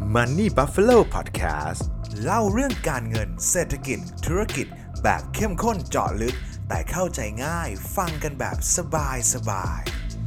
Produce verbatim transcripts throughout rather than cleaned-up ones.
Money Buffalo Podcast เล่าเรื่องการเงินเศรษฐกิจธุรกิจแบบเข้มข้นเจาะลึกแต่เข้าใจง่ายฟังกันแบบสบายสบาย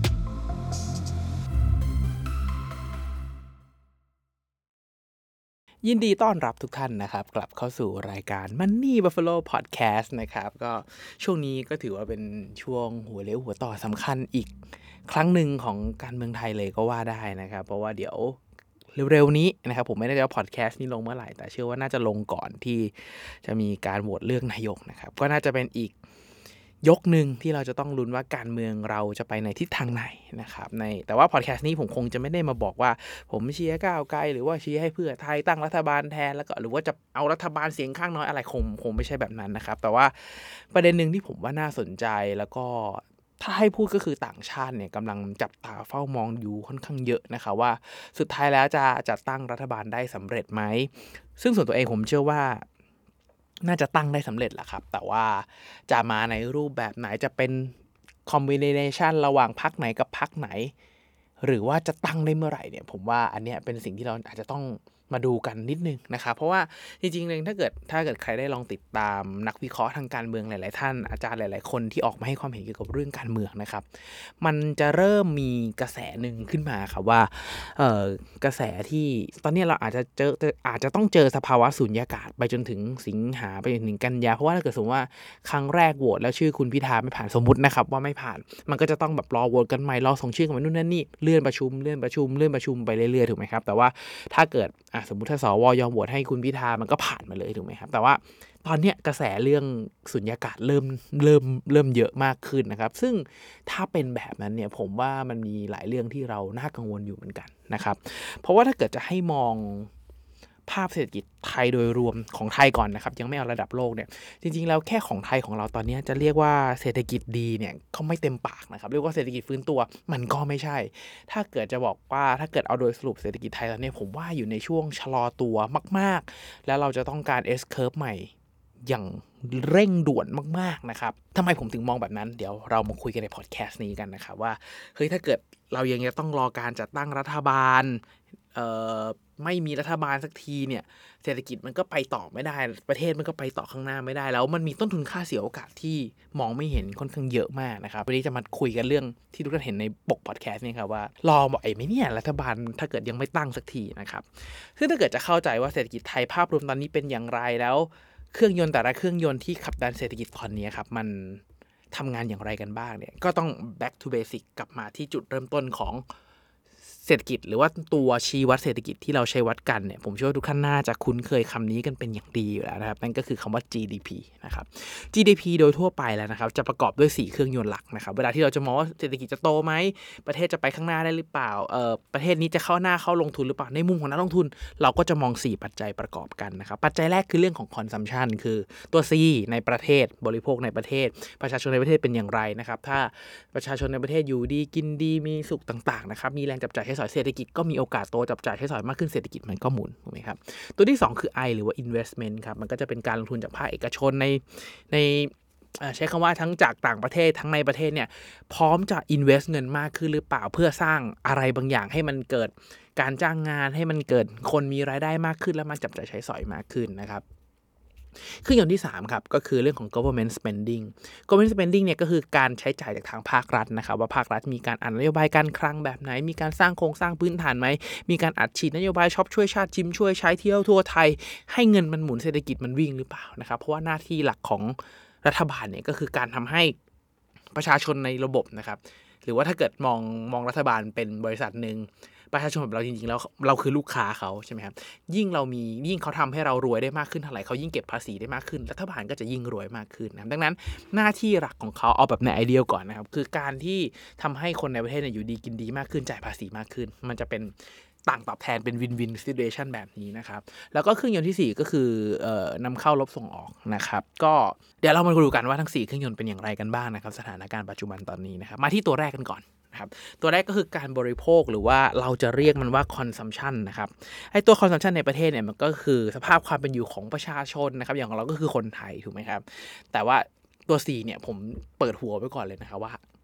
ยินดีต้อนรับทุกท่านนะครับกลับเข้าสู่รายการ Money Buffalo Podcast นะครับก็ช่วงนี้ก็ถือว่าเป็นช่วงหัวเลี้ยวหัวต่อสำคัญอีกครั้งหนึ่งของการเมืองไทยเลยก็ว่าได้นะครับเพราะว่าเดี๋ยวเร็วๆนี้นะครับผมไม่แน่ใจว่าพอดแคสต์นี้ลงเมื่อไหร่แต่เชื่อว่าน่าจะลงก่อนที่จะมีการโหวตเลือกนายกนะครับก็น่าจะเป็นอีกยกหนึ่งที่เราจะต้องลุ้นว่าการเมืองเราจะไปในทิศทางไหนนะครับในแต่ว่าพอดแคสต์นี้ผมคงจะไม่ได้มาบอกว่าผมเชียร์ก้าวไกลหรือว่าเชียร์ให้เพื่อไทยตั้งรัฐบาลแทนแล้วก็หรือว่าจะเอารัฐบาลเสียงข้างน้อยอะไรคงคงไม่ใช่แบบนั้นนะครับแต่ว่าประเด็นนึงที่ผมว่าน่าสนใจแล้วก็ถ้าให้พูดก็คือต่างชาติเนี่ยกำลังจับตาเฝ้ามองอยู่ค่อนข้างเยอะนะคะว่าสุดท้ายแล้วจะจัดตั้งรัฐบาลได้สำเร็จไหมซึ่งส่วนตัวเองผมเชื่อว่าน่าจะตั้งได้สำเร็จแหละครับแต่ว่าจะมาในรูปแบบไหนจะเป็นคอมบิเนชันระหว่างพรรคไหนกับพรรคไหนหรือว่าจะตั้งได้เมื่อไหร่เนี่ยผมว่าอันเนี้ยเป็นสิ่งที่เราอาจจะต้องมาดูกันนิดนึงนะครับเพราะว่าจริงๆเลยถ้าเกิดถ้าเกิดใครได้ลองติดตามนักวิเคราะห์ทางการเมืองหลายๆท่านอาจารย์หลายๆคนที่ออกมาให้ความเห็นเกี่ยวกับเรื่องการเมืองนะครับมันจะเริ่มมีกระแสหนึ่งขึ้นมาครับว่าเอ่อกระแสที่ตอนนี้เราอาจจะเจออาจจะต้องเจอสภาวะสุญญากาศไปจนถึงสิงหาไปจนถึงกันยาเพราะว่าถ้าเกิดสมมติว่าครั้งแรกโหวตแล้วชื่อคุณพิธาไม่ผ่านสมมุตินะครับว่าไม่ผ่านมันก็จะต้องแบบรอโหวตกันใหม่รอส่งชื่อกันมานู่นนั่นนี่เลื่อนประชุมเลื่อนประชุมเลื่อนประชุมไปเรื่อยๆถูกไหมครับแต่ว่าถ้าเกิดอ่ะสมมุติถ้าสวยอมโหวตให้คุณพิธามันก็ผ่านมาเลยถูกไหมครับแต่ว่าตอนนี้กระแสเรื่องสุญญากาศเริ่มเริ่มเริ่มเยอะมากขึ้นนะครับซึ่งถ้าเป็นแบบนั้นเนี่ยผมว่ามันมีหลายเรื่องที่เราน่ากังวลอยู่เหมือนกันนะครับเพราะว่าถ้าเกิดจะให้มองภาพเศรษฐกิจไทยโดยรวมของไทยก่อนนะครับยังไม่เอาระดับโลกเนี่ยจริงๆแล้วแค่ของไทยของเราตอนนี้จะเรียกว่าเศรษฐกิจดีเนี่ยเขาไม่เต็มปากนะครับเรียกว่าเศรษฐกิจฟื้นตัวมันก็ไม่ใช่ถ้าเกิดจะบอกว่าถ้าเกิดเอาโดยสรุปเศรษฐกิจไทยตอนนี้ผมว่าอยู่ในช่วงชะลอตัวมากๆแล้วเราจะต้องการ S curve ใหม่อย่างเร่งด่วนมากๆนะครับทำไมผมถึงมองแบบนั้นเดี๋ยวเรามาคุยกันในพอดแคสต์นี้กันนะครับว่าเฮ้ยถ้าเกิดเรายังจะต้องรอการจัดตั้งรัฐบาลเอ่อไม่มีรัฐบาลสักทีเนี่ยเศรษฐกิจมันก็ไปต่อไม่ได้ประเทศมันก็ไปต่อข้างหน้าไม่ได้แล้วมันมีต้นทุนค่าเสียโอกาสที่มองไม่เห็นค่อนข้างเยอะมากนะครับวันนี้จะมาคุยกันเรื่องที่ทุกท่านเห็นในปกพอดแคสต์นี่ครับว่ารอไหวไหมเนี่ยรัฐบาลถ้าเกิดยังไม่ตั้งสักทีนะครับซึ่งถ้าเกิดจะเข้าใจว่าเศรษฐกิจไทยภาพรวมตอนนี้เป็นอย่างไรแล้วเครื่องยนต์แต่ละเครื่องยนต์ที่ขับดันเศรษฐกิจตอนนี้ครับมันทำงานอย่างไรกันบ้างเนี่ยก็ต้อง back to basic กลับมาที่จุดเริ่มต้นของเศรษฐกิจหรือว่าตัวชี้วัดเศรษฐกิจที่เราใช้วัดกันเนี่ยผมเชื่อว่าทุกท่านน่าจะคุ้นเคยคำนี้กันเป็นอย่างดีอยู่แล้วนะครับนั่นก็คือคำว่า จี ดี พี นะครับ จี ดี พี โดยทั่วไปแล้วนะครับจะประกอบด้วยสี่เครื่องยนต์หลักนะครับเวลาที่เราจะมองว่าเศรษฐกิจจะโตไหมประเทศจะไปข้างหน้าได้หรือเปล่าเอ่อประเทศนี้จะเข้าหน้าเข้าลงทุนหรือเปล่าในมุมของนักลงทุนเราก็จะมองสี่ปัจจัยประกอบกันนะครับปัจจัยแรกคือเรื่องของ consumption คือตัว C ในประเทศบริโภคในประเทศประชาชนในประเทศเป็นอย่างไรนะครับถ้าประชาชนในประเทศอยู่ดีกินดีมีสุขต่างๆนะครับมีแรงจับจ่ายใช้สอยเศรษฐกิจก็มีโอกาสโตจับจ่ายใช้สอยมากขึ้นเศรษฐกิจมันก็หมุนถูกไหมครับตัวที่สองคือ I หรือว่า investment ครับมันก็จะเป็นการลงทุนจากภาคเอกชนในในใช้คำว่าทั้งจากต่างประเทศทั้งในประเทศเนี่ยพร้อมจะ invest เงินมากขึ้นหรือเปล่าเพื่อสร้างอะไรบางอย่างให้มันเกิดการจ้างงานให้มันเกิดคนมีรายได้มากขึ้นแล้วมันจับจ่ายใช้สอยมากขึ้นนะครับเครื่องยนต์ที่สามครับก็คือเรื่องของ government spending government spending เนี่ยก็คือการใช้จ่ายจากทางภาครัฐนะครับว่าภาครัฐมีการอัดนโยบายการคลังแบบไหนมีการสร้างโครงสร้างพื้นฐานไหมมีการอัดฉีดนโยบายช็อปช่วยชาติชิมช่วยใช้เที่ยวทั่วไทยให้เงินมันหมุนเศรษฐกิจมันวิ่งหรือเปล่านะครับเพราะว่าหน้าที่หลักของรัฐบาลเนี่ยก็คือการทำให้ประชาชนในระบบนะครับหรือว่าถ้าเกิดมองมองรัฐบาลเป็นบริษัทนึงประชาชนแบบเราจริงๆแล้วเราคือลูกค้าเขาใช่ไหมครับยิ่งเรามียิ่งเขาทำให้เรารวยได้มากขึ้นเท่าไหร่เขายิ่งเก็บภาษีได้มากขึ้นรัฐบาลก็จะยิ่งรวยมากขึ้นนะดังนั้นหน้าที่หลักของเขาเอาแบบในไอเดียก่อนนะครับคือการที่ทำให้คนในประเทศเนี่ยอยู่ดีกินดีมากขึ้นจ่ายภาษีมากขึ้นมันจะเป็นต่างตอบแทนเป็นวินวินซิทูเอชั่นแบบนี้นะครับแล้วก็เครื่องยนต์ที่สี่ก็คือเอ่อนำเข้าลบส่งออกนะครับก็เดี๋ยวเรามาดูกันว่าทั้งสี่เครื่องยนต์เป็นอย่างไรกันบ้างนะครับสถานการณ์ปัจจุบันตอนนี้นะครับมาที่ตัวแรกกันก่อนนะครับตัวแรกก็คือการบริโภคหรือว่าเราจะเรียกมันว่า consumption นะครับไอ้ตัว consumption ในประเทศเนี่ยมันก็คือสภาพความเป็นอยู่ของประชาชนนะครับอย่างของเราก็คือคนไทยถูกไหมครับแต่ว่าตัว C เนี่ยผมเปิดหัวไว้ก่อนเลยนะครับว่า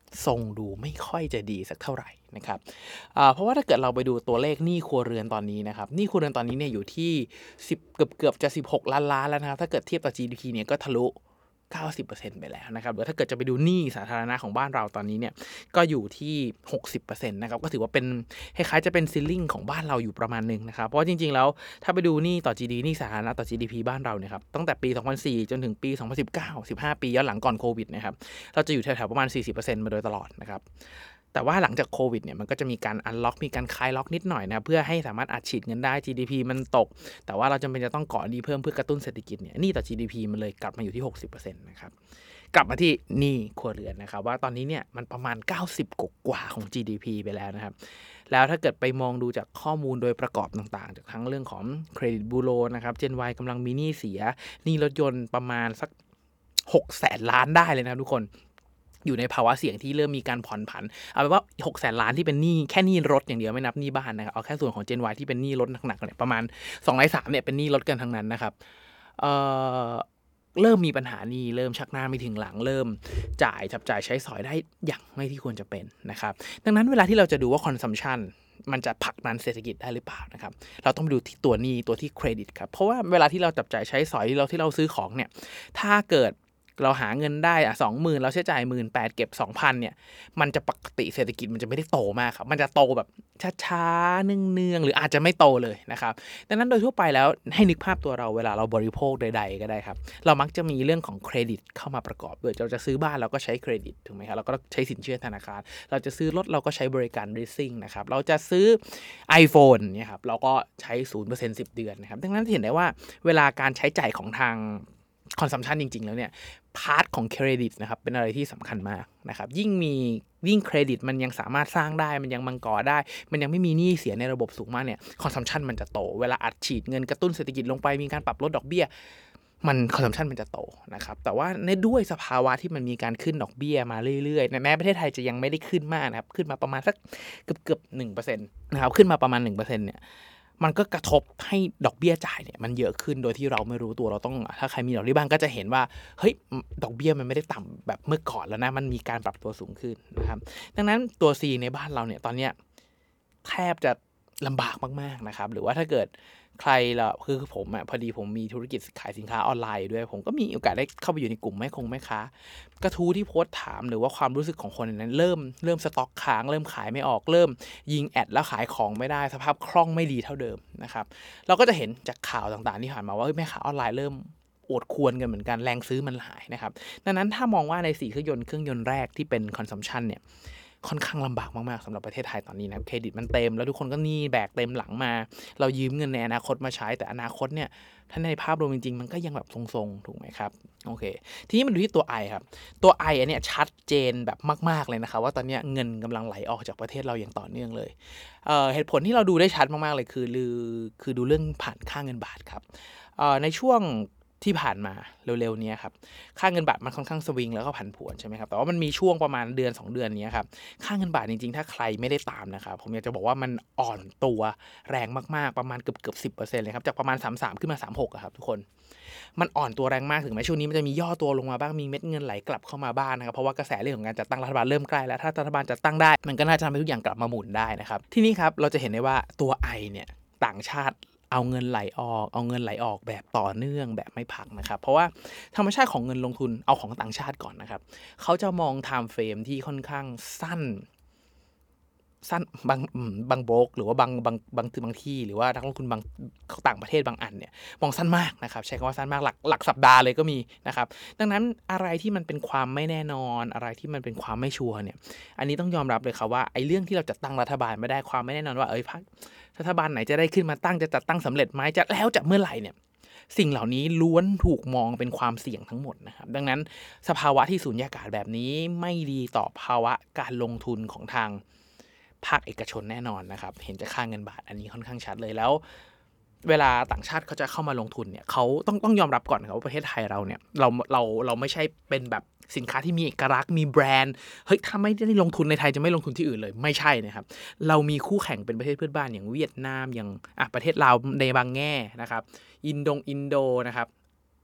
ทรงดูไม่ค่อยจะดีสักเท่าไหร่นะครับเพราะว่าถ้าเกิดเราไปดูตัวเลขหนี้ครัวเรือนตอนนี้นะครับหนี้ครัวเรือนตอนนี้เนี่ยอยู่ที่สิบเกือบๆจะสิบหกล้านล้านแล้วนะครับถ้าเกิดเทียบต่อ จี ดี พี เนี่ยก็ทะลุเก้าสิบเปอร์เซ็นต์ ไปแล้วนะครับหรือถ้าเกิดจะไปดูหนี้สาธารณะของบ้านเราตอนนี้เนี่ยก็อยู่ที่ หกสิบเปอร์เซ็นต์ นะครับก็ถือว่าเป็นคล้ายๆจะเป็นซีลิ่งของบ้านเราอยู่ประมาณนึงนะครับเพราะว่าจริงๆแล้วถ้าไปดูหนี้ต่อ จี ดี พี หนี้สาธารณะต่อ จี ดี พี บ้านเราเนี่ยครับตั้งแต่ปีสองพันสี่จนถึงปีสองพันสิบเก้า สิบห้าปีย้อนหลังก่อนโควิดนะครับเราจะอยู่แถวๆประมาณ สี่สิบเปอร์เซ็นต์ มาโดยตลอดนะครับแต่ว่าหลังจากโควิดเนี่ยมันก็จะมีการอันล็อกมีการคลายล็อกนิดหน่อยนะเพื่อให้สามารถอัดฉีดเงินได้ จี ดี พี มันตกแต่ว่าเราจำเป็นจะต้องก่อหนี้เพิ่มเพื่อกระตุ้นเศรษฐกิจเนี่ยหนี้ต่อ จี ดี พี มันเลยกลับมาอยู่ที่ หกสิบเปอร์เซ็นต์ นะครับกลับมาที่หนี้ครัวเรือนนะครับว่าตอนนี้เนี่ยมันประมาณเก้าสิบกว่าของ จี ดี พี ไปแล้วนะครับแล้วถ้าเกิดไปมองดูจากข้อมูลโดยประกอบต่างๆจากทั้งเรื่องของเครดิตบูโรนะครับ Gen Y กำลังมีหนี้เสียหนี้รถยนต์ประมาณสักหกแสนล้านได้เลยนะครับทุกคนอยู่ในภาวะเสี่ยงที่เริ่มมีการผ่อนผันเอาเป็นว่าหกแสนล้านที่เป็นหนี้แค่หนี้รถอย่างเดียวไม่นับหนี้บ้านนะครับเอาแค่ส่วนของ Gen Y ที่เป็นหนี้รถหนักๆเนี่ยประมาณสองในสามเนี่ยเป็นหนี้รถกันทั้งนั้นนะครับเอ่อเริ่มมีปัญหานี้เริ่มชักหน้าไม่ถึงหลังเริ่มจ่ายจับจ่ายใช้สอยได้อย่างไม่ที่ควรจะเป็นนะครับดังนั้นเวลาที่เราจะดูว่า consumption มันจะผลักดันเศรษฐกิจได้หรือเปล่านะครับเราต้องไปดูที่ตัวหนี้ตัวที่เครดิตครับเพราะว่าเวลาที่เราจับจ่ายใช้สอยเราที่เราซื้อของเนี่ยถ้าเกิดเราหาเงินได้อ่ะ สองหมื่น เราใช้จ่าย หนึ่งหมื่นแปดพัน เก็บ สองพัน เนี่ยมันจะปกติเศรษฐกิจมันจะไม่ได้โตมากครับมันจะโตแบบช้าๆเนืองๆหรืออาจจะไม่โตเลยนะครับดังนั้นโดยทั่วไปแล้วให้นึกภาพตัวเราเวลาเราบริโภคใดๆก็ได้ครับเรามักจะมีเรื่องของเครดิตเข้ามาประกอบด้วยเราจะซื้อบ้านเราก็ใช้เครดิตถูกไหมครับเราก็ใช้สินเชื่อธนาคารเราจะซื้อรถเราก็ใช้บริการ leasing นะครับเราจะซื้อ iPhone เนี่ยครับเราก็ใช้ ศูนย์เปอร์เซ็นต์ สิบเดือนนะครับดังนั้นเห็นได้ว่าเวลาการใช้จ่ายของทางconsumption จริงๆแล้วเนี่ยพาร์ทของเครดิตนะครับเป็นอะไรที่สำคัญมากนะครับยิ่งมียิ่งเครดิตมันยังสามารถสร้างได้มันยังมังกรได้มันยังไม่มีหนี้เสียในระบบสูงมากเนี่ย consumption มันจะโตเวลาอัดฉีดเงินกระตุ้นเศรษฐกิจลงไปมีการปรับลดดอกเบี้ยมัน consumption มันจะโตนะครับแต่ว่าในด้วยสภาวะที่มันมีการขึ้นดอกเบี้ยมาเรื่อยๆแม้ประเทศไทยจะยังไม่ได้ขึ้นมากนะครับขึ้นมาประมาณสักเกือบๆ หนึ่งเปอร์เซ็นต์ นะครับขึ้นมาประมาณ หนึ่งเปอร์เซ็นต์ เนี่ยมันก็กระทบให้ดอกเบี้ยจ่ายเนี่ยมันเยอะขึ้นโดยที่เราไม่รู้ตัวเราต้องถ้าใครมีดอกที่บ้านก็จะเห็นว่าเฮ้ยดอกเบี้ยมันไม่ได้ต่ำแบบเมื่อก่อนแล้วนะมันมีการปรับตัวสูงขึ้นนะครับดังนั้นตัว C ในบ้านเราเนี่ยตอนเนี้ยแทบจะลำบากมากๆนะครับหรือว่าถ้าเกิดใครล่ะคือผมอ่ะพอดีผมมีธุรกิจขายสินค้าออนไลน์ด้วยผมก็มีโอกาสได้เข้าไปอยู่ในกลุ่มแม่คงแม่ค้ากระทู้ที่โพสต์ถามหรือว่าความรู้สึกของคนในนั้นเริ่มเริ่มสต็อกค้างเริ่มขายไม่ออกเริ่มยิงแอดแล้วขายของไม่ได้สภาพคล่องไม่ดีเท่าเดิมนะครับเราก็จะเห็นจากข่าวต่างๆที่ผ่านมาว่าแม่ค้าออนไลน์เริ่มอดควรกันเหมือนกันแรงซื้อมันหายนะครับดังนั้นถ้ามองว่าในสี่เครื่องยนต์เครื่องยนต์แรกที่เป็น consumption เนี่ยค่อนข้างลำบากมากๆสำหรับประเทศไทยตอนนี้นะเครดิตมันเต็มแล้วทุกคนก็หนี้แบกเต็มหลังมาเรายืมเงินในอนาคตมาใช้แต่อนาคตเนี่ยถ้าในภาพรวมจริงๆมันก็ยังแบบทรงๆถูกไหมครับโอเคทีนี้มันดูที่ตัว I ครับตัว I อันเนี้ยชัดเจนแบบมากๆเลยนะครับว่าตอนนี้เงินกำลังไหลออกจากประเทศเราอย่างต่อเนื่องเลย เอ่อเหตุผลที่เราดูได้ชัดมากๆเลยคือคือคือดูเรื่องผ่านค่าเงินบาทครับเอ่อในช่วงที่ผ่านมาเร็วๆนี้ครับค่าเงินบาทมันค่อนข้างสวิงแล้วก็ผันผวนใช่ไหมครับแต่ว่ามันมีช่วงประมาณเดือนสองเดือนนี้ครับค่าเงินบาทจริงๆถ้าใครไม่ได้ตามนะครับผมอยากจะบอกว่ามันอ่อนตัวแรงมากๆประมาณเกือบๆ สิบเปอร์เซ็นต์ เลยครับจากประมาณสามสิบสามขึ้นมาสามสิบหกอะครับทุกคนมันอ่อนตัวแรงมากถึงแม้ช่วงนี้มันจะมีย่อตัวลงมาบ้างมีเม็ดเงินไหลกลับเข้ามาบ้างนะครับเพราะว่ากระแสเรื่องของการจัดตั้งรัฐบาลเริ่มใกล้แล้วถ้ารัฐบาลจัดตั้งได้มันก็น่าจะทำให้ทุกอย่างกลับมาหมุนได้นะครับทีนี้ครับเราจะเห็นได้ว่าตัว I เนี่ยต่างชาติเอาเงินไหลออกเอาเงินไหลออกแบบต่อเนื่องแบบไม่พักนะครับเพราะว่าธรรมชาติของเงินลงทุนเอาของต่างชาติก่อนนะครับเขาจะมอง time frame ที่ค่อนข้างสั้นสั้นบางบางโบรกหรือว่าบางบางบางบางที่หรือว่านักลงทุนบางต่างประเทศบางอันเนี่ยมองสั้นมากนะครับใช้คำว่าสั้นมากหลักหลักสัปดาห์เลยก็มีนะครับดังนั้นอะไรที่มันเป็นความไม่แน่นอนอะไรที่มันเป็นความไม่ชัวร์เนี่ยอันนี้ต้องยอมรับเลยครับว่าไอ้เรื่องที่เราจัดตั้งรัฐบาลไม่ได้ความไม่แน่นอนว่าเอ้ยพรรครัฐบาลไหนจะได้ขึ้นมาตั้งจะจัดตั้งสำเร็จไหมจะแล้วจะเมื่อไหร่เนี่ยสิ่งเหล่านี้ล้วนถูกมองเป็นความเสี่ยงทั้งหมดนะครับดังนั้นสภาวะที่สูญญากาศแบบนี้ไม่ดีต่อภาวะการลงทุนของทางภาคเอกชนแน่นอนนะครับเห็นจะค่าเงินบาทอันนี้ค่อนข้างชัดเลยแล้วเวลาต่างชาติเขาจะเข้ามาลงทุนเนี่ยเขาต้องต้องยอมรับก่อนครับว่าประเทศไทยเราเนี่ยเราเราเราไม่ใช่เป็นแบบสินค้าที่มีเอกลักษณ์มีแบรนด์เฮ้ยถ้าไม่ได้ลงทุนในไทยจะไม่ลงทุนที่อื่นเลยไม่ใช่นะครับเรามีคู่แข่งเป็นประเทศเพื่อนบ้านอย่างเวียดนามอย่างอ่ะประเทศลาวในบางแง่นะครับอินโดอินโดนะครับ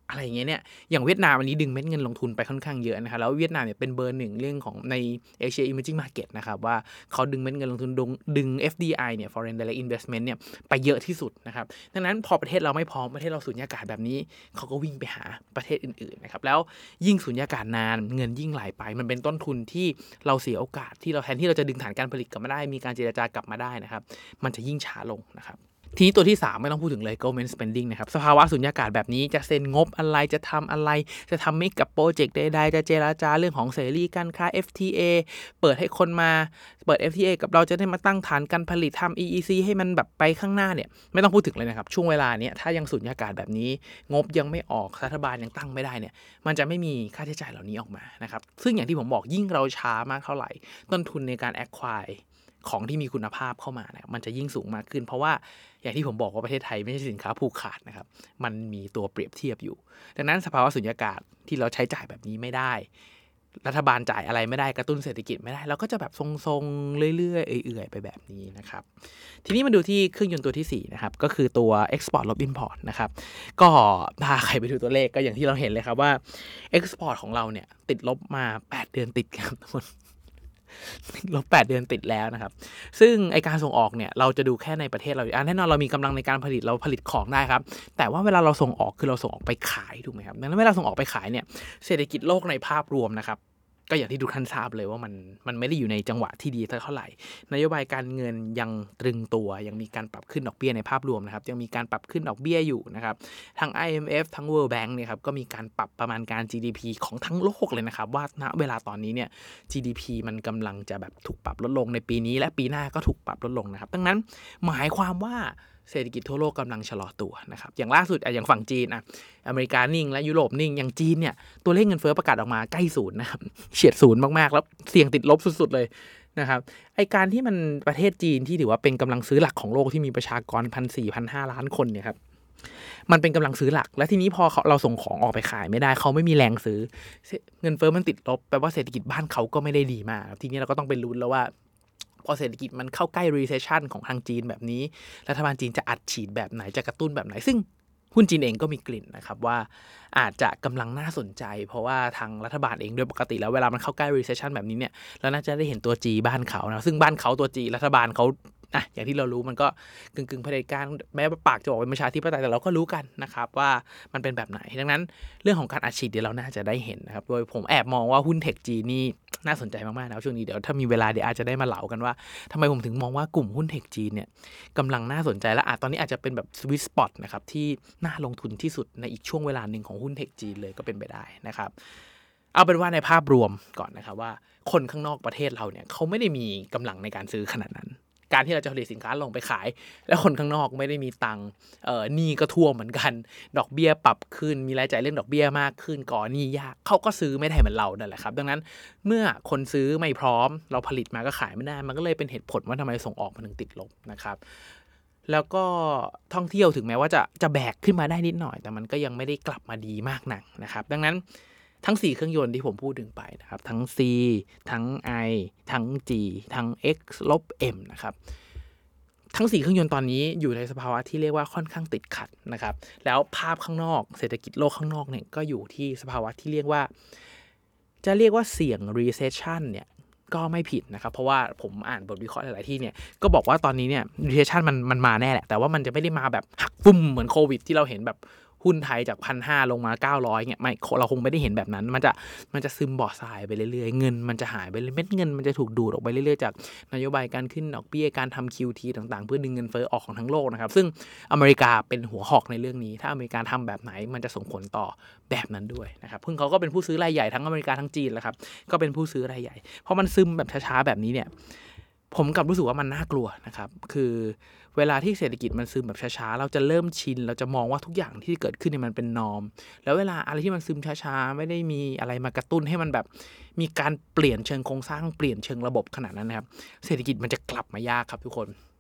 อะไรอย่างเงี้ยเนี่ยอย่างเวียดนามอันนี้ดึงเม็ดเงินลงทุนไปค่อนข้างเยอะนะครับแล้วเวียดนามเนี่ยเป็นเบอร์หนึ่งเรื่องของใน Asia Emerging Market นะครับว่าเขาดึงเม็ดเงินลงทุนดึงดึง เอฟ ดี ไอ เนี่ย Foreign Direct Investment เนี่ยไปเยอะที่สุดนะครับดังนั้นพอประเทศเราไม่พร้อมประเทศเราสุญญากาศแบบนี้เขาก็วิ่งไปหาประเทศอื่นๆนะครับแล้วยิ่งสุญญากาศนานเงินยิ่งไหลไปมันเป็นต้นทุนที่เราเสียโอกาสที่เราแทนที่เราจะดึงฐานการผลิตกลับมาได้มีการเจรจากลับมาได้นะครับมันจะยิ่งช้าลงนะครับทีนี้ตัวที่สามไม่ต้องพูดถึงเลย government spending นะครับสภาวะสุญญากาศแบบนี้จะเซ็นงบอะไรจะทำอะไรจะทำไม่กับโปรเจกต์ใดๆจะเจรจาเรื่องของเสรีการค้า เอฟ ที เอ เปิดให้คนมาเปิด เอฟ ที เอ กับเราจะได้มาตั้งฐานการผลิตทำ อี อี ซี ให้มันแบบไปข้างหน้าเนี่ยไม่ต้องพูดถึงเลยนะครับช่วงเวลานี้ถ้ายังสุญญากาศแบบนี้งบยังไม่ออกรัฐบาลยังตั้งไม่ได้เนี่ยมันจะไม่มีค่าใช้จ่ายเหล่านี้ออกมานะครับซึ่งอย่างที่ผมบอกยิ่งเราช้ามากเท่าไหร่ต้นทุนในการ acquireของที่มีคุณภาพเข้ามาเนี่ยมันจะยิ่งสูงมากขึ้นเพราะว่าอย่างที่ผมบอกว่าประเทศไทยไม่ใช่สินค้าผูกขาดนะครับมันมีตัวเปรียบเทียบอยู่ดังนั้นสภาวะสุญญากาศที่เราใช้จ่ายแบบนี้ไม่ได้รัฐบาลจ่ายอะไรไม่ได้กระตุ้นเศรษฐกิจไม่ได้เราก็จะแบบทรงๆเรื่อยๆเอื่อยๆไปแบบนี้นะครับทีนี้มาดูที่เครื่องยนต์ตัวที่สี่นะครับก็คือตัว export ลบ import นะครับก็ถ้าใครไปดูตัวเลขก็อย่างที่เราเห็นเลยครับว่า export ของเราเนี่ยติดลบมาแปดเดือนติดครับทุกคนลบแปดเดือนติดแล้วนะครับซึ่งไอการส่งออกเนี่ยเราจะดูแค่ในประเทศเราอ่ะแน่นอนเรามีกำลังในการผลิตเราผลิตของได้ครับแต่ว่าเวลาเราส่งออกคือเราส่งออกไปขายถูกไหมครับดังนั้นเวลาส่งออกไปขายเนี่ยเศรษฐกิจโลกในภาพรวมนะครับก็อย่างที่ทุกท่านทราบเลยว่ามันมันไม่ได้อยู่ในจังหวะที่ดีเท่าไหร่นโยบายการเงินยังตรึงตัวยังมีการปรับขึ้นดอกเบี้ยในภาพรวมนะครับยังมีการปรับขึ้นดอกเบี้ยอยู่นะครับทั้ง ไอ เอ็ม เอฟ ทั้ง World Bank เนี่ยครับก็มีการปรับประมาณการ จี ดี พี ของทั้งโลกเลยนะครับว่าณเวลาตอนนี้เนี่ย จี ดี พี มันกำลังจะแบบถูกปรับลดลงในปีนี้และปีหน้าก็ถูกปรับลดลงนะครับดังนั้นหมายความว่าเศรษฐกิจทั่วโลกกำลังชะลอตัวนะครับอย่างล่าสุดอย่างฝั่งจีนอ่ะอเมริกานิ่งและยุโรปนิ่งอย่างจีนเนี่ยตัวเลขเงินเฟ้อประกาศออกมาใกล้ศูนย์นะครับเฉียดศูนย์มากๆแล้วเสี่ยงติดลบสุดๆเลยนะครับไอการที่มันประเทศจีนที่ถือว่าเป็นกำลังซื้อหลักของโลกที่มีประชากร หนึ่งพันสี่ร้อย หนึ่งพันห้าร้อย ล้านคนเนี่ยครับมันเป็นกำลังซื้อหลักและทีนี้พอเราส่งของออกไปขายไม่ได้เขาไม่มีแรงซื้อเงินเฟ้อมันติดลบแปลว่าเศรษฐกิจบ้านเขาก็ไม่ได้ดีมากทีนี้เราก็ต้องไปลุ้นแล้วว่าพอเศรษฐกิจมันเข้าใกล้ recession ของทางจีนแบบนี้รัฐบาลจีนจะอัดฉีดแบบไหนจะกระตุ้นแบบไหนซึ่งหุ้นจีนเองก็มีกลิ่นนะครับว่าอาจจะกำลังน่าสนใจเพราะว่าทางรัฐบาลเองโดยปกติแล้วเวลามันเข้าใกล้ recession แบบนี้เนี่ยเราน่าจะได้เห็นตัว G บ้านเขานะซึ่งบ้านเขาตัว G รัฐบาลเขาอ่ะอย่างที่เรารู้มันก็กึ่งๆเผด็จการแม้ปากจะบอกเป็นประชาธิปไตยแต่เราก็รู้กันนะครับว่ามันเป็นแบบไหนดังนั้นเรื่องของการอัดฉีดเดี๋ยวเราน่าจะได้เห็นนะครับโดยผมแอบมองว่าหุ้นเทคจีนนี่น่าสนใจมากๆนะช่วงนี้เดี๋ยวถ้ามีเวลาเดี๋ยวอาจจะได้มาเล่ากันว่าทำไมผมถึงมองว่ากลุ่มหุ้นเทคจีนเนี่ยกำลังน่าสนใจและอาจตอนนี้อาจจะเป็นแบบสวิตสปอตนะครับที่น่าลงทุนที่สุดในอีกช่วงเวลาหนึ่งของหุ้นเทคจีนเลยก็เป็นไปได้นะครับเอาเป็นว่าในภาพรวมก่อนนะครับว่าคนข้างนอกประเทศเราเนี่ยเขาไม่ได้มีกำลังในการซื้อขนาดนั้นการที่เราจะผลิตสินค้าลงไปขายแล้วคนข้างนอกไม่ได้มีตังค์เอ่อหนี้ก็ท่วมเหมือนกันดอกเบี้ยปรับขึ้นมีรายจ่ายเรื่องดอกเบี้ยมากขึ้นก่อหนี้ยากเขาก็ซื้อไม่ได้เหมือนเรานั่นแหละครับดังนั้นเมื่อคนซื้อไม่พร้อมเราผลิตมาก็ขายไม่ได้มันก็เลยเป็นเหตุผลว่าทำไมส่งออกมันถึงติดลบนะครับแล้วก็ท่องเที่ยวถึงแม้ว่าจะจะแบกขึ้นมาได้นิดหน่อยแต่มันก็ยังไม่ได้กลับมาดีมากนักนะครับดังนั้นทั้งสี่เครื่องยนต์ที่ผมพูดถึงไปนะครับทั้ง C ทั้ง I ทั้ง G ทั้ง X ลบ M นะครับทั้งสี่เครื่องยนต์ตอนนี้อยู่ในสภาวะที่เรียกว่าค่อนข้างติดขัดนะครับแล้วภาพข้างนอกเศรษฐกิจโลกข้างนอกเนี่ยก็อยู่ที่สภาวะที่เรียกว่าจะเรียกว่าเสี่ยง recession เนี่ยก็ไม่ผิดนะครับเพราะว่าผมอ่านบทวิเคราะห์หลายๆที่เนี่ยก็บอกว่าตอนนี้เนี่ย recession มันมันมาแน่แหละแต่ว่ามันจะไม่ได้มาแบบหักปุ้มเหมือนโควิดที่เราเห็นแบบหุ้นไทยจาก หนึ่งพันห้าร้อย ลงมาเก้าร้อยเงี้ยไม่เราคงไม่ได้เห็นแบบนั้นมันจะมันจะซึมบ่อทรายไปเรื่อยๆเงินมันจะหายไปเม็ดเงินมันจะถูกดูดออกไปเรื่อยๆจากนโยบายการขึ้นดอกเบี้ยการทำ คิว ที ต่างๆเพื่อดึงเงินเฟ้อออกของทั้งโลกนะครับซึ่งอเมริกาเป็นหัวหอกในเรื่องนี้ถ้าอเมริกาทำแบบไหนมันจะส่งผลต่อแบบนั้นด้วยนะครับเพิ่งเขาก็เป็นผู้ซื้อรายใหญ่ทั้งอเมริกาทั้งจีนแหละครับก็เป็นผู้ซื้อรายใหญ่พอมันซึมแบบช้าๆแบบนี้เนี่ยผมกลับรู้สึกว่ามันน่ากลัวนะครับคือเวลาที่เศรษฐกิจมันซึมแบบช้าๆเราจะเริ่มชินเราจะมองว่าทุกอย่างที่เกิดขึ้นเนี่ยมันเป็นนอร์มแล้วเวลาอะไรที่มันซึมช้าๆไม่ได้มีอะไรมากระตุ้นให้มันแบบมีการเปลี่ยนเชิงโครงสร้างเปลี่ยนเชิงระบบขนาดนั้นนะครับเศรษฐกิจมันจะกลับมายากครับทุกคน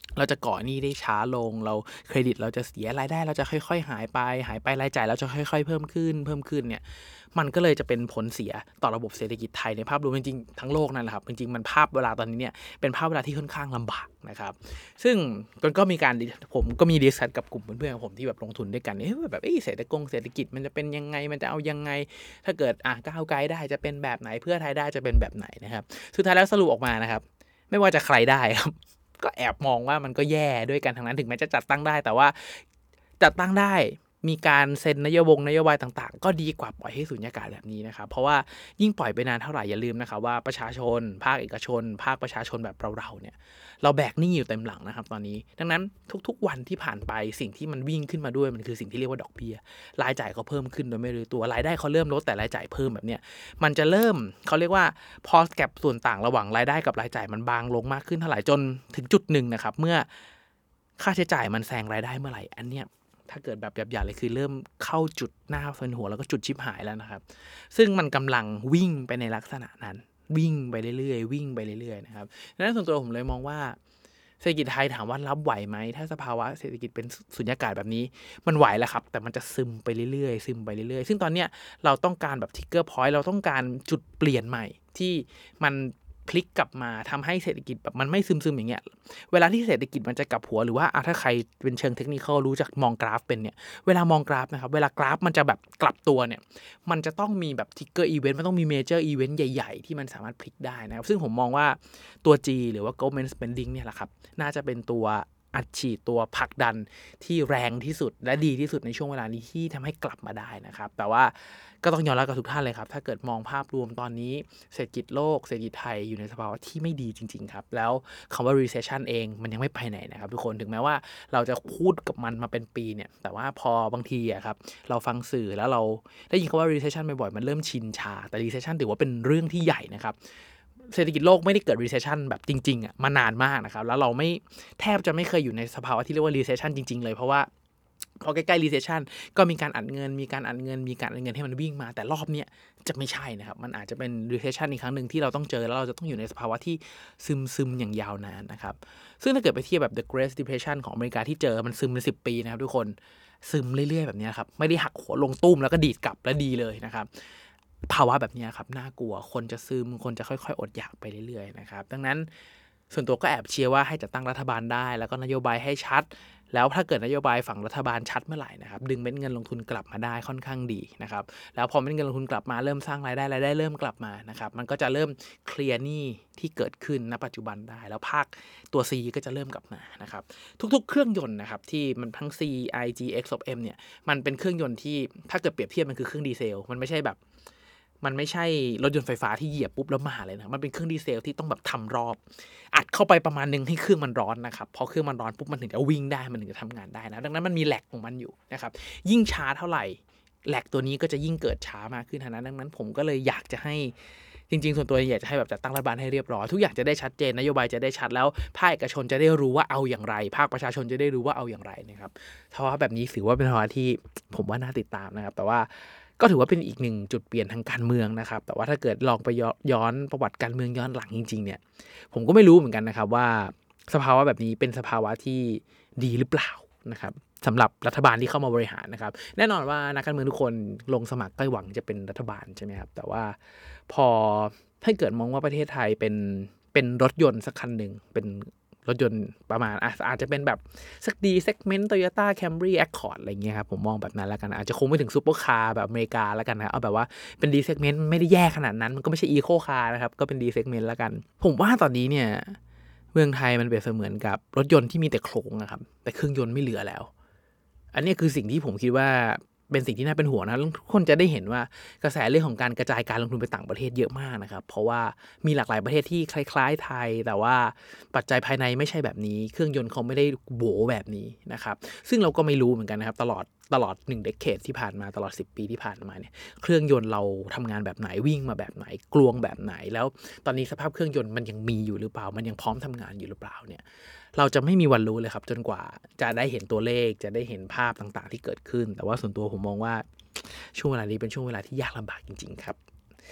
เราจะก่อหนี้ได้ช้าลงเราเครดิตเราจะเสียรายได้เราจะค่อยๆหายไปหายไปรายจ่ายเราจะค่อยๆเพิ่มขึ้นเพิ่มขึ้นเนี่ยมันก็เลยจะเป็นผลเสียต่อระบบเศรษฐกิจไทยในภาพรวมจริงๆทั้งโลกนั่นแหละครับจริงๆมันภาพเวลาตอนนี้เนี่ยเป็นภาพเวลาที่ค่อนข้างลำบากนะครับซึ่งมันก็มีการผมก็มีดิสคัสกับกลุ่มเพื่อนๆของผมที่แบบลงทุนด้วยกันเอ๊ะแบบเอ๊ะเศรษฐกงเศรษฐกิจมันจะเป็นยังไงมันจะเอายังไงถ้าเกิดอ่ะก้าวไกลได้จะเป็นแบบไหนเพื่อไทยได้จะเป็นแบบไหนนะครับสุดท้ายแล้วสรุปออกมานะครับไม่ว่าจะใครได้ครับก็แอบมองว่ามันก็แย่ด้วยกันทั้งนั้นถึงแม้จะจัดตั้งได้แต่ว่าจัดตั้งได้มีการเซ็นนโยบงนโยบายต่างๆก็ดีกว่าปล่อยให้สูญญากาศแบบนี้นะครับเพราะว่ายิ่งปล่อยไปนานเท่าไหร่อย่าลืมนะครับว่าประชาชนภาคเอกชนภาคประชาชนแบบเราๆเนี่ยเราแบกหนี้อยู่เต็มหลังนะครับตอนนี้ดังนั้นทุกๆวันที่ผ่านไปสิ่งที่มันวิ่งขึ้นมาด้วยมันคือสิ่งที่เรียกว่าดอกเบี้ยรายจ่ายเขาเพิ่มขึ้นโดยไม่รู้ตัวรายได้เขาเริ่มลดแต่รายจ่ายเพิ่มแบบเนี้ยมันจะเริ่มเขาเรียกว่าพอแกปส่วนต่างระหว่างรายได้กับรายจ่ายมันบางลงมากขึ้นเท่าไหร่จนถึงจุดหนึ่งนะครับเมื่อค่าใช้จ่ายมันแซงรายได้เมื่อไหร่อันเนี้ยถ้าเกิดแบบหยาบๆเลยคือเริ่มเข้าจุดหน้าฟันหัวแล้วก็จุดชิบหายแล้วนะครับซึ่งมันกำลังวิ่งไปในลักษณะนั้นวิ่งไปเรื่อยๆวิ่งไปเรื่อยๆนะครับดังนั้นส่วนตัวผมเลยมองว่าเศรษฐกิจไทยถามว่ารับไหวไหมถ้าสภาวะเศรษฐกิจเป็นสุญญากาศแบบนี้มันไหวแล้วครับแต่มันจะซึมไปเรื่อยๆซึมไปเรื่อยๆซึ่งตอนเนี้ยเราต้องการแบบทิกเกอร์พอยต์เราต้องการจุดเปลี่ยนใหม่ที่มันพลิกกลับมาทำให้เศรษฐกิจแบบมันไม่ซึมๆอย่างเงี้ยเวลาที่เศรษฐกิจมันจะกลับหัวหรือว่าถ้าใครเป็นเชิงเทคนิครู้จักมองกราฟเป็นเนี่ยเวลามองกราฟนะครับเวลากราฟมันจะแบบกลับตัวเนี่ยมันจะต้องมีแบบทิกเกอร์อีเวนต์มันต้องมีเมเจอร์อีเวนต์ใหญ่ๆที่มันสามารถพลิกได้นะครับซึ่งผมมองว่าตัว G หรือว่า government spending เนี่ยแหละครับน่าจะเป็นตัวอัดฉีดตัวผลักดันที่แรงที่สุดและดีที่สุดในช่วงเวลานี้ที่ทำให้กลับมาได้นะครับแต่ว่าก็ต้องยอมรับกับทุกท่านเลยครับถ้าเกิดมองภาพรวมตอนนี้เศรษฐกิจโลกเศรษฐกิจไทยอยู่ในสภาวะที่ไม่ดีจริงๆครับแล้วคำว่า recession เองมันยังไม่ไปไหนนะครับทุกคนถึงแม้ว่าเราจะพูดกับมันมาเป็นปีเนี่ยแต่ว่าพอบางทีอะครับเราฟังสื่อแล้วเราได้ยินคำว่า recession บ่อยๆมันเริ่มชินชาแต่ recession ถือว่าเป็นเรื่องที่ใหญ่นะครับเศรษฐกิจโลกไม่ได้เกิด recession แบบจริงๆอ่ะมานานมากนะครับแล้วเราไม่แทบจะไม่เคยอยู่ในสภาวะที่เรียกว่า recession จริงๆเลยเพราะว่าพอใกล้ๆ recession ก็มีการอัดเงินมีการอัดเงินมีการอัดเงินให้มันวิ่งมาแต่รอบเนี้ยจะไม่ใช่นะครับมันอาจจะเป็น recession อีกครั้งนึงที่เราต้องเจอแล้วเราจะต้องอยู่ในสภาวะที่ซึมๆอย่างยาวนานนะครับซึ่งถ้าเกิดไปเทียบแบบ the Great Depression ของอเมริกาที่เจอมันซึมเป็นสิบปีนะครับทุกคนซึมเรื่อยๆแบบนี้ครับไม่ได้หักหัวลงตุ้มแล้วก็ดีดกลับแล้วดีเลยนะครับภาวะแบบนี้ครับน่ากลัวคนจะซึมคนจะค่อยๆอดอยากไปเรื่อยๆนะครับดังนั้นส่วนตัวก็แอบเชียร์ว่าให้จัดตั้งรัฐบาลได้แล้วก็นโยบายให้ชัดแล้วถ้าเกิดนโยบายฝั่งรัฐบาลชัดเมื่อไหร่นะครับดึงเม็ดเงินลงทุนกลับมาได้ค่อนข้างดีนะครับแล้วพอเม็ดเงินลงทุนกลับมาเริ่มสร้างรายได้รายได้เริ่มกลับมานะครับมันก็จะเริ่มเคลียร์หนี้ที่เกิดขึ้นณปัจจุบันได้แล้วภาคตัว C ก็จะเริ่มกลับมานะครับทุกๆเครื่องยนต์นะครับที่มันทั้ง C I G X M เนี่ยมันเป็นเครื่องยนต์ที่ถ้าเกิดเปรียบเทียบมันคือเครื่องดีเซลมันไม่ใช่แบบมันไม่ใช่รถยนต์ไฟฟ้าที่เหยียบปุ๊บแล้วมาเลยนะมันเป็นเครื่องดีเซลที่ต้องแบบทำรอบอัดเข้าไปประมาณนึงให้เครื่องมันร้อนนะครับพอเครื่องมันร้อนปุ๊บมันถึงจะวิ่งได้มันถึงจะทำงานได้นะดังนั้นมันมีแหลกของมันอยู่นะครับยิ่งช้าเท่าไหร่แหลกตัวนี้ก็จะยิ่งเกิดช้ามากขึ้นนะดังนั้นผมก็เลยอยากจะให้จริงๆส่วนตัวอยากจะให้แบบจัดตั้งรัฐบาลให้เรียบร้อยทุกอย่างจะได้ชัดเจนนโยบายจะได้ชัดแล้วภาคเอกชนจะได้รู้ว่าเอาอย่างไรภาคประชาชนจะได้รู้ว่าเอาอย่างไรนะครับภาวะแบบนี้ถือว่าเป็นภาวะที่ผมว่าน่าติดตามนะครับแต่ว่าก็ถือว่าเป็นอีกหนึ่งจุดเปลี่ยนทางการเมืองนะครับแต่ว่าถ้าเกิดลองไปย้อนประวัติการเมืองย้อนหลังจริงๆเนี่ยผมก็ไม่รู้เหมือนกันนะครับว่าสภาวะแบบนี้เป็นสภาวะที่ดีหรือเปล่านะครับสำหรับรัฐบาลที่เข้ามาบริหารนะครับแน่นอนว่านักการเมืองทุกคนลงสมัครก็หวังจะเป็นรัฐบาลใช่ไหมครับแต่ว่าพอถ้าเกิดมองว่าประเทศไทยเป็นเป็นรถยนต์สักคันหนึ่งเป็นรถยนต์ประมาณอาจจะเป็นแบบสักดีเซกเมนต์ Toyota Camry Accord อะไรเงี้ยครับผมมองแบบนั้นแล้วกันอาจจะคงไม่ถึงซุปเปอร์คาร์แบบอเมริกาแล้วกันนะเอาแบบว่าเป็นดีเซกเมนต์ไม่ได้แย่ขนาดนั้นมันก็ไม่ใช่อีโคคาร์นะครับก็เป็นดีเซกเมนต์แล้วกันผมว่าตอนนี้เนี่ยเมืองไทยมันเปรียบเสมือนกับรถยนต์ที่มีแต่โครงนะครับแต่เครื่องยนต์ไม่เหลือแล้วอันนี้คือสิ่งที่ผมคิดว่าเป็นสิ่งที่น่าเป็นห่วงนะทุกคนจะได้เห็นว่ากระแสเรื่องของการกระจายการลงทุนไปต่างประเทศเยอะมากนะครับเพราะว่ามีหลากหลายประเทศที่คล้ายๆไทยแต่ว่าปัจจัยภายในไม่ใช่แบบนี้เครื่องยนต์เขาไม่ได้โบ๋แบบนี้นะครับซึ่งเราก็ไม่รู้เหมือนกันนะครับตลอดตลอดหนึ่งเดเคดที่ผ่านมาตลอดสิบปีที่ผ่านมาเนี่ยเครื่องยนต์เราทำงานแบบไหนวิ่งมาแบบไหนกลวงแบบไหนแล้วตอนนี้สภาพเครื่องยนต์มันยังมีอยู่หรือเปล่ามันยังพร้อมทำงานอยู่หรือเปล่าเนี่ยเราจะไม่มีวันรู้เลยครับจนกว่าจะได้เห็นตัวเลขจะได้เห็นภาพต่างๆที่เกิดขึ้นแต่ว่าส่วนตัวผมมองว่าช่วงเวลานี้เป็นช่วงเวลาที่ยากลำบากจริงๆครับ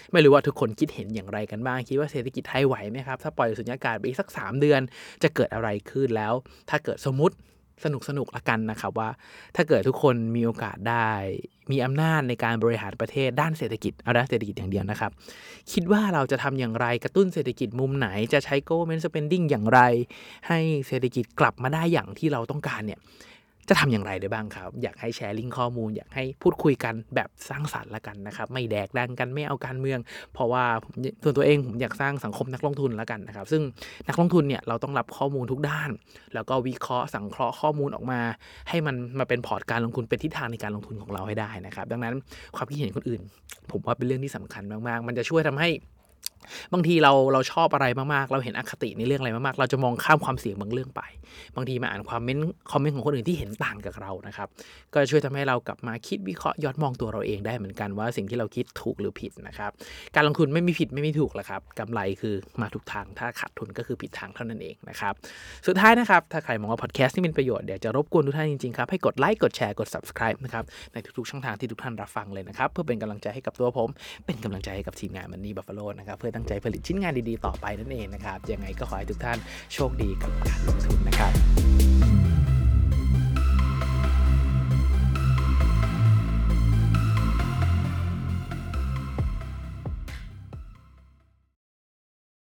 ไม่รู้ว่าทุกคนคิดเห็นอย่างไรกันบ้างคิดว่าเศรษฐกิจไทยไหวไหมครับถ้าปล่อยสุญญากาศไปอีกสักสามเดือนจะเกิดอะไรขึ้นแล้วถ้าเกิดสมมุติสนุกสนุกละกันนะครับว่าถ้าเกิดทุกคนมีโอกาสได้มีอำนาจในการบริหารประเทศด้านเศรษฐกิจเอาด้านเศรษฐกิจอย่างเดียวนะครับคิดว่าเราจะทำอย่างไรกระตุ้นเศรษฐกิจมุมไหนจะใช้ government spending อย่างไรให้เศรษฐกิจกลับมาได้อย่างที่เราต้องการเนี่ยจะทำอย่างไรได้บ้างครับอยากให้แชร์ลิงก์ข้อมูลอยากให้พูดคุยกันแบบสร้างสรรค์ละกันนะครับไม่แดกดันกันไม่เอาการเมืองเพราะว่าส่วนตัวเองผมอยากสร้างสังคมนักลงทุนละกันนะครับซึ่งนักลงทุนเนี่ยเราต้องรับข้อมูลทุกด้านแล้วก็วิเคราะห์สังเคราะห์ข้อมูลออกมาให้มันมาเป็นพอร์ตการลงทุนเป็นทิศทางในการลงทุนของเราให้ได้นะครับดังนั้นความคิดเห็นคนอื่นผมว่าเป็นเรื่องที่สำคัญมากๆมันจะช่วยทำให้บางทีเราเราชอบอะไรมากๆเราเห็นอคติในเรื่องอะไรมากๆเราจะมองข้ามความเสี่ยงบางเรื่องไปบางทีมาอ่านความเมนต์คอมเมนต์ของคนอื่นที่เห็นต่างกับเรานะครับก็จะช่วยทำให้เรากลับมาคิดวิเคราะห์ย้อนมองตัวเราเองได้เหมือนกันว่าสิ่งที่เราคิดถูกหรือผิดนะครับการลงทุนไม่มีผิดไม่มีถูกหรอกครับกำไรคือมาทุกทางถ้าขาดทุนก็คือผิดทางเท่านั้นเองนะครับสุดท้ายนะครับถ้าใครมองว่าพอดแคสต์นี่เป็นประโยชน์เดี๋ยวจะรบกวนทุกท่านจริงๆครับให้กดไลค์กดแชร์กด Subscribe นะครับในทุกๆช่องทางที่ทุกท่านรับฟังเลยนะครับเพื่อเป็นกำลังใจให้กับตัวผมเป็นกำลังใจให้กับทีมงาน Money Buffalo นะครับเพื่อตั้งใจผลิตชิ้นงานดีๆต่อไปนั่นเองนะครับยังไงก็ขอให้ทุกท่านโชคดีกับการลงทุนนะครับ